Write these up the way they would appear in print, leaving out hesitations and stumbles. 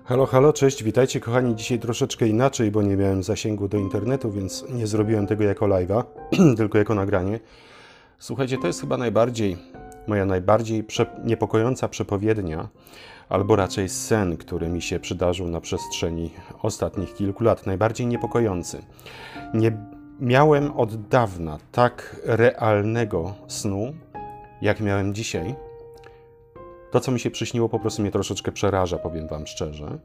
Halo, halo, cześć, witajcie kochani. Dzisiaj troszeczkę inaczej, bo nie miałem zasięgu do internetu, więc nie zrobiłem tego jako live'a, tylko jako nagranie. Słuchajcie, to jest chyba moja najbardziej niepokojąca przepowiednia, albo raczej sen, który mi się przydarzył na przestrzeni ostatnich kilku lat. Najbardziej niepokojący. Nie miałem od dawna tak realnego snu, jak miałem dzisiaj. To, co mi się przyśniło, po prostu mnie troszeczkę przeraża, powiem wam szczerze.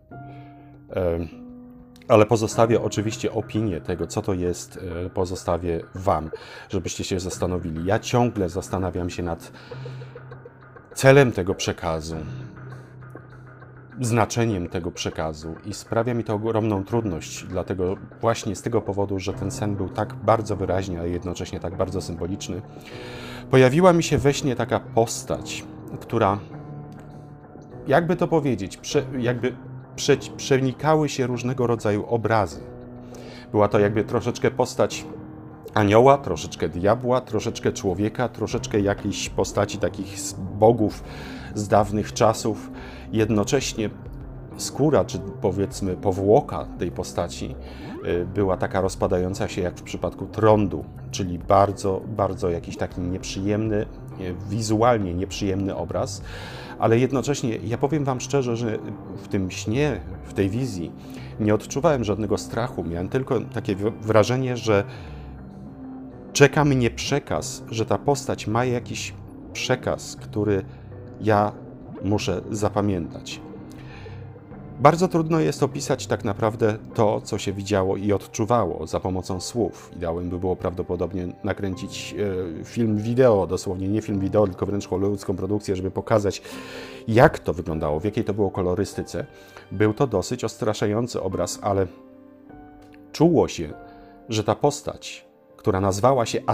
Ale pozostawię oczywiście opinię tego, co to jest, pozostawię wam, żebyście się zastanowili. Ja ciągle zastanawiam się nad celem tego przekazu, znaczeniem tego przekazu i sprawia mi to ogromną trudność, dlatego właśnie z tego powodu, że ten sen był tak bardzo wyraźny, a jednocześnie tak bardzo symboliczny. Pojawiła mi się we śnie taka postać, która, jakby to powiedzieć, przenikały się różnego rodzaju obrazy. Była to jakby troszeczkę postać anioła, troszeczkę diabła, troszeczkę człowieka, troszeczkę jakiejś postaci takich bogów z dawnych czasów. Jednocześnie skóra, czy powiedzmy powłoka tej postaci była taka rozpadająca się jak w przypadku trądu, czyli bardzo, bardzo jakiś taki nieprzyjemny, wizualnie nieprzyjemny obraz, ale jednocześnie, ja powiem wam szczerze, że w tym śnie, w tej wizji nie odczuwałem żadnego strachu, miałem tylko takie wrażenie, że czeka mnie przekaz, że ta postać ma jakiś przekaz, który ja muszę zapamiętać. Bardzo trudno jest opisać tak naprawdę to, co się widziało i odczuwało za pomocą słów. Ideałem by było prawdopodobnie nakręcić film wideo, dosłownie nie film wideo, tylko wręcz hollywoodzką produkcję, żeby pokazać, jak to wyglądało, w jakiej to było kolorystyce. Był to dosyć odstraszający obraz, ale czuło się, że ta postać, która nazwała się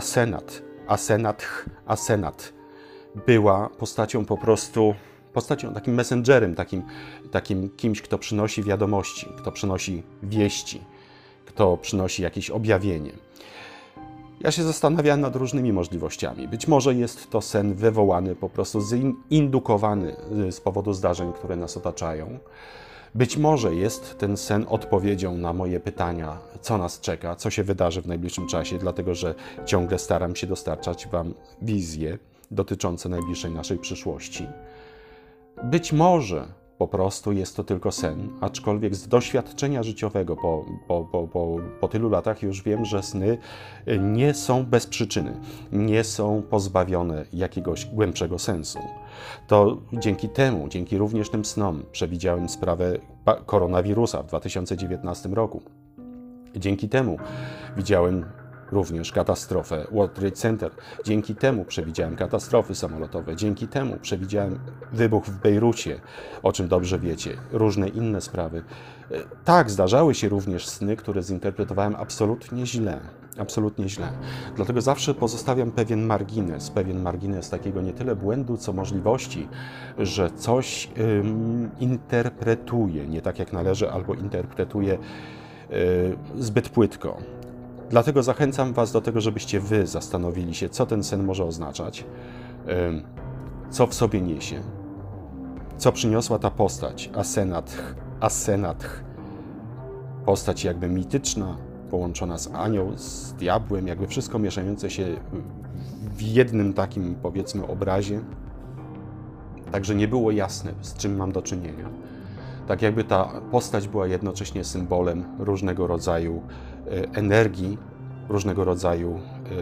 Asenat, była postacią takim messengerem, takim kimś, kto przynosi wiadomości, kto przynosi wieści, kto przynosi jakieś objawienie. Ja się zastanawiałem nad różnymi możliwościami. Być może jest to sen wywołany, po prostu zindukowany z powodu zdarzeń, które nas otaczają. Być może jest ten sen odpowiedzią na moje pytania, co nas czeka, co się wydarzy w najbliższym czasie, dlatego że ciągle staram się dostarczać wam wizje dotyczące najbliższej naszej przyszłości. Być może po prostu jest to tylko sen, aczkolwiek z doświadczenia życiowego po tylu latach już wiem, że sny nie są bez przyczyny, nie są pozbawione jakiegoś głębszego sensu. To dzięki również tym snom przewidziałem sprawę koronawirusa w 2019 roku. Dzięki temu widziałem również katastrofę World Trade Center. Dzięki temu przewidziałem katastrofy samolotowe. Dzięki temu przewidziałem wybuch w Bejrucie, o czym dobrze wiecie. Różne inne sprawy. Tak, zdarzały się również sny, które zinterpretowałem absolutnie źle. Absolutnie źle. Dlatego zawsze pozostawiam pewien margines takiego nie tyle błędu, co możliwości, że coś interpretuję nie tak jak należy, albo interpretuję zbyt płytko. Dlatego zachęcam was do tego, żebyście wy zastanowili się, co ten sen może oznaczać, co w sobie niesie, co przyniosła ta postać, Asenat, postać jakby mityczna, połączona z anioł, z diabłem, jakby wszystko mieszające się w jednym takim, powiedzmy, obrazie. Także nie było jasne, z czym mam do czynienia. Tak jakby ta postać była jednocześnie symbolem różnego rodzaju energii, różnego rodzaju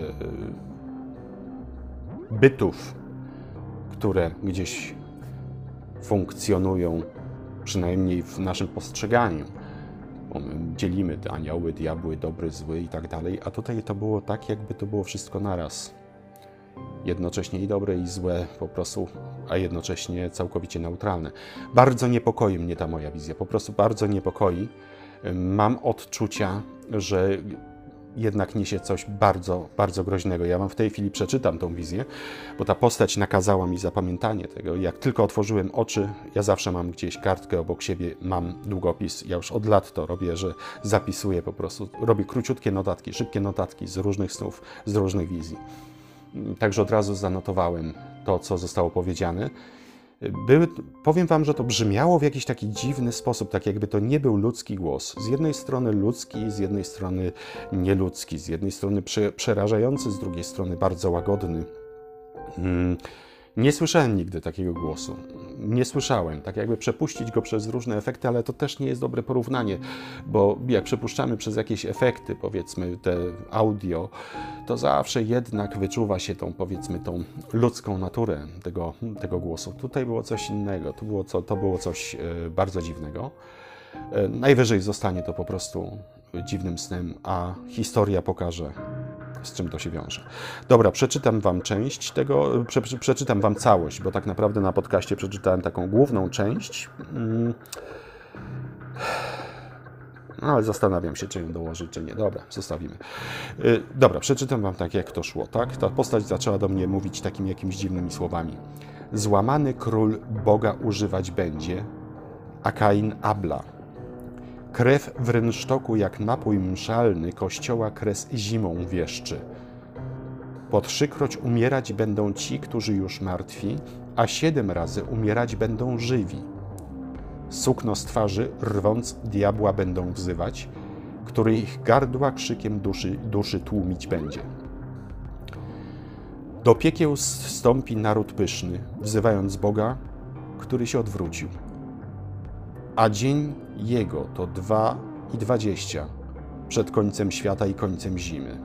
bytów, które gdzieś funkcjonują, przynajmniej w naszym postrzeganiu. Bo my dzielimy te anioły, diabły, dobry, zły i tak dalej, a tutaj to było tak, jakby to było wszystko naraz. Jednocześnie i dobre, i złe po prostu, a jednocześnie całkowicie neutralne. Bardzo niepokoi mnie ta moja wizja, po prostu bardzo niepokoi. Mam odczucia, że jednak niesie coś bardzo, bardzo groźnego. Ja wam w tej chwili przeczytam tą wizję, bo ta postać nakazała mi zapamiętanie tego. Jak tylko otworzyłem oczy, ja zawsze mam gdzieś kartkę obok siebie, mam długopis. Ja już od lat to robię, że zapisuję po prostu, robię króciutkie notatki, szybkie notatki z różnych snów, z różnych wizji. Także od razu zanotowałem to, co zostało powiedziane. Powiem wam, że to brzmiało w jakiś taki dziwny sposób, tak jakby to nie był ludzki głos. Z jednej strony ludzki, z jednej strony nieludzki, z jednej strony przerażający, z drugiej strony bardzo łagodny. Nie słyszałem nigdy takiego głosu. Nie słyszałem. Tak jakby przepuścić go przez różne efekty, ale to też nie jest dobre porównanie, bo jak przepuszczamy przez jakieś efekty, powiedzmy te audio, to zawsze jednak wyczuwa się powiedzmy tą ludzką naturę tego głosu. Tutaj było coś innego, to było coś bardzo dziwnego. Najwyżej zostanie to po prostu dziwnym snem, a historia pokaże, z czym to się wiąże. Dobra, przeczytam wam część tego, przeczytam wam całość, bo tak naprawdę na podcaście przeczytałem taką główną część. No, ale zastanawiam się, czy ją dołożyć, czy nie. Dobra, zostawimy. Dobra, przeczytam wam tak, jak to szło, tak? Ta postać zaczęła do mnie mówić takimi jakimiś dziwnymi słowami. Złamany król Boga używać będzie, a Kain Abla. Krew w rynsztoku jak napój mszalny, kościoła kres zimą wieszczy. Po 3-kroć umierać będą ci, którzy już martwi, a 7 razy umierać będą żywi. Sukno z twarzy, rwąc, diabła będą wzywać, który ich gardła krzykiem duszy tłumić będzie. Do piekieł zstąpi naród pyszny, wzywając Boga, który się odwrócił. A dzień jego to 2:20 przed końcem świata i końcem zimy.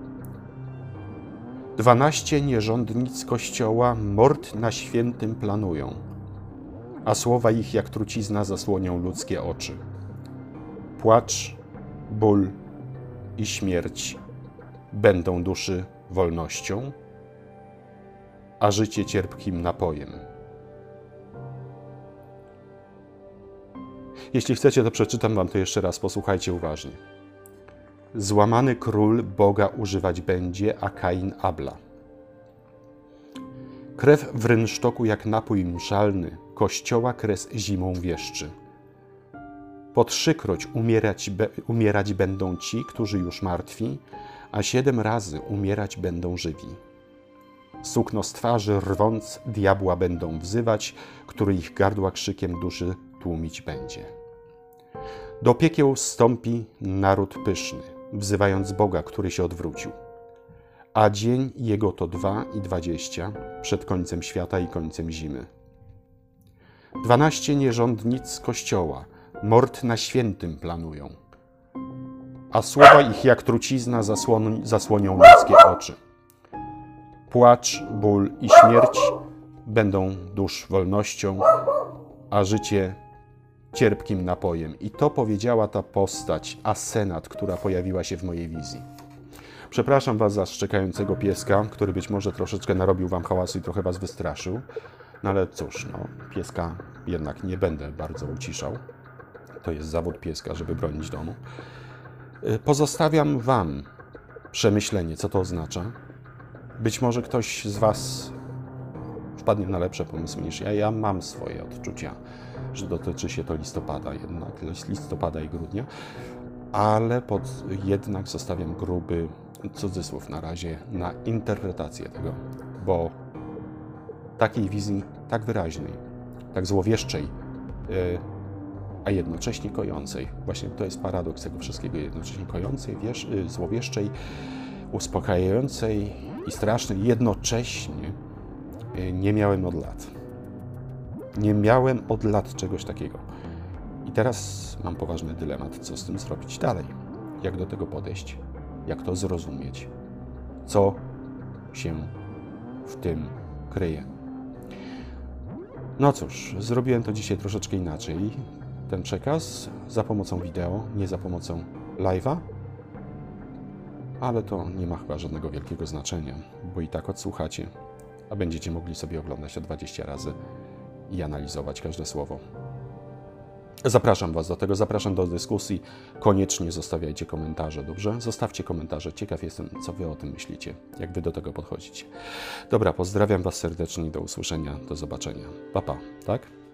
12 nierządnic Kościoła mord na świętym planują, a słowa ich jak trucizna zasłonią ludzkie oczy. Płacz, ból i śmierć będą duszy wolnością, a życie cierpkim napojem. Jeśli chcecie, to przeczytam wam to jeszcze raz, posłuchajcie uważnie. Złamany król Boga używać będzie, a Kain Abla. Krew w rynsztoku jak napój mszalny, kościoła kres zimą wieszczy. Po 3-kroć umierać będą ci, którzy już martwi, a 7 razy umierać będą żywi. Sukno z twarzy rwąc, diabła będą wzywać, który ich gardła krzykiem duszy tłumić będzie. Do piekieł zstąpi naród pyszny, wzywając Boga, który się odwrócił. A dzień jego to 2:20 przed końcem świata i końcem zimy. 12 nierządnic Kościoła mord na świętym planują, a słowa ich jak trucizna zasłonią ludzkie oczy. Płacz, ból i śmierć będą dusz wolnością, a życie cierpkim napojem. I to powiedziała ta postać, Asenat, która pojawiła się w mojej wizji. Przepraszam was za szczekającego pieska, który być może troszeczkę narobił wam hałasu i trochę was wystraszył. No ale cóż, pieska jednak nie będę bardzo uciszał. To jest zawód pieska, żeby bronić domu. Pozostawiam wam przemyślenie, co to oznacza. Być może ktoś z was wpadnie na lepsze pomysły niż ja. Ja mam swoje odczucia, że dotyczy się to listopada jednak, listopada i grudnia, ale jednak zostawiam gruby cudzysłów na razie na interpretację tego, bo takiej wizji tak wyraźnej, tak złowieszczej, a jednocześnie kojącej, właśnie to jest paradoks tego wszystkiego, jednocześnie kojącej, złowieszczej, uspokajającej i strasznej, jednocześnie nie miałem od lat. Nie miałem od lat czegoś takiego. I teraz mam poważny dylemat, co z tym zrobić dalej. Jak do tego podejść? Jak to zrozumieć? Co się w tym kryje? No cóż, zrobiłem to dzisiaj troszeczkę inaczej. Ten przekaz za pomocą wideo, nie za pomocą live'a. Ale to nie ma chyba żadnego wielkiego znaczenia, bo i tak odsłuchacie, a będziecie mogli sobie oglądać to 20 razy i analizować każde słowo. Zapraszam was do tego, zapraszam do dyskusji. Koniecznie zostawiajcie komentarze, dobrze? Zostawcie komentarze. Ciekaw jestem, co wy o tym myślicie, jak wy do tego podchodzicie. Dobra, pozdrawiam was serdecznie, do usłyszenia, do zobaczenia. Pa, pa, tak?